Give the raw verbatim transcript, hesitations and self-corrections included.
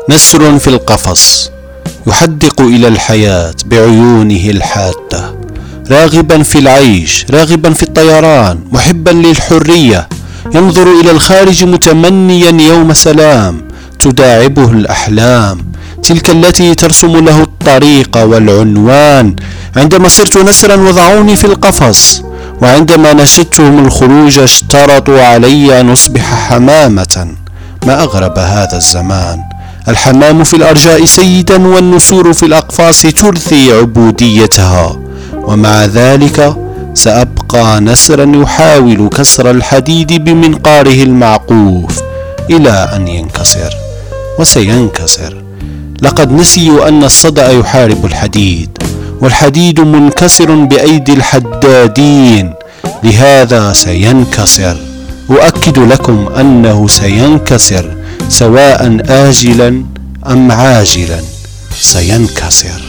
نسر في القفص يحدق إلى الحياة بعيونه الحادة، راغبا في العيش، راغبا في الطيران، محبا للحرية، ينظر إلى الخارج متمنيا يوم سلام تداعبه الأحلام، تلك التي ترسم له الطريق والعنوان. عندما صرت نسرا وضعوني في القفص، وعندما نشدتهم الخروج اشترطوا علي أن أصبح حمامة. ما أغرب هذا الزمان، الحمام في الأرجاء سيدا والنسور في الأقفاص ترثي عبوديتها، ومع ذلك سأبقى نسرا يحاول كسر الحديد بمنقاره المعقوف إلى أن ينكسر، وسينكسر. لقد نسيوا أن الصدأ يحارب الحديد، والحديد منكسر بأيدي الحدادين، لهذا سينكسر. أؤكد لكم أنه سينكسر، سواء آجلا أم عاجلا سينكسر.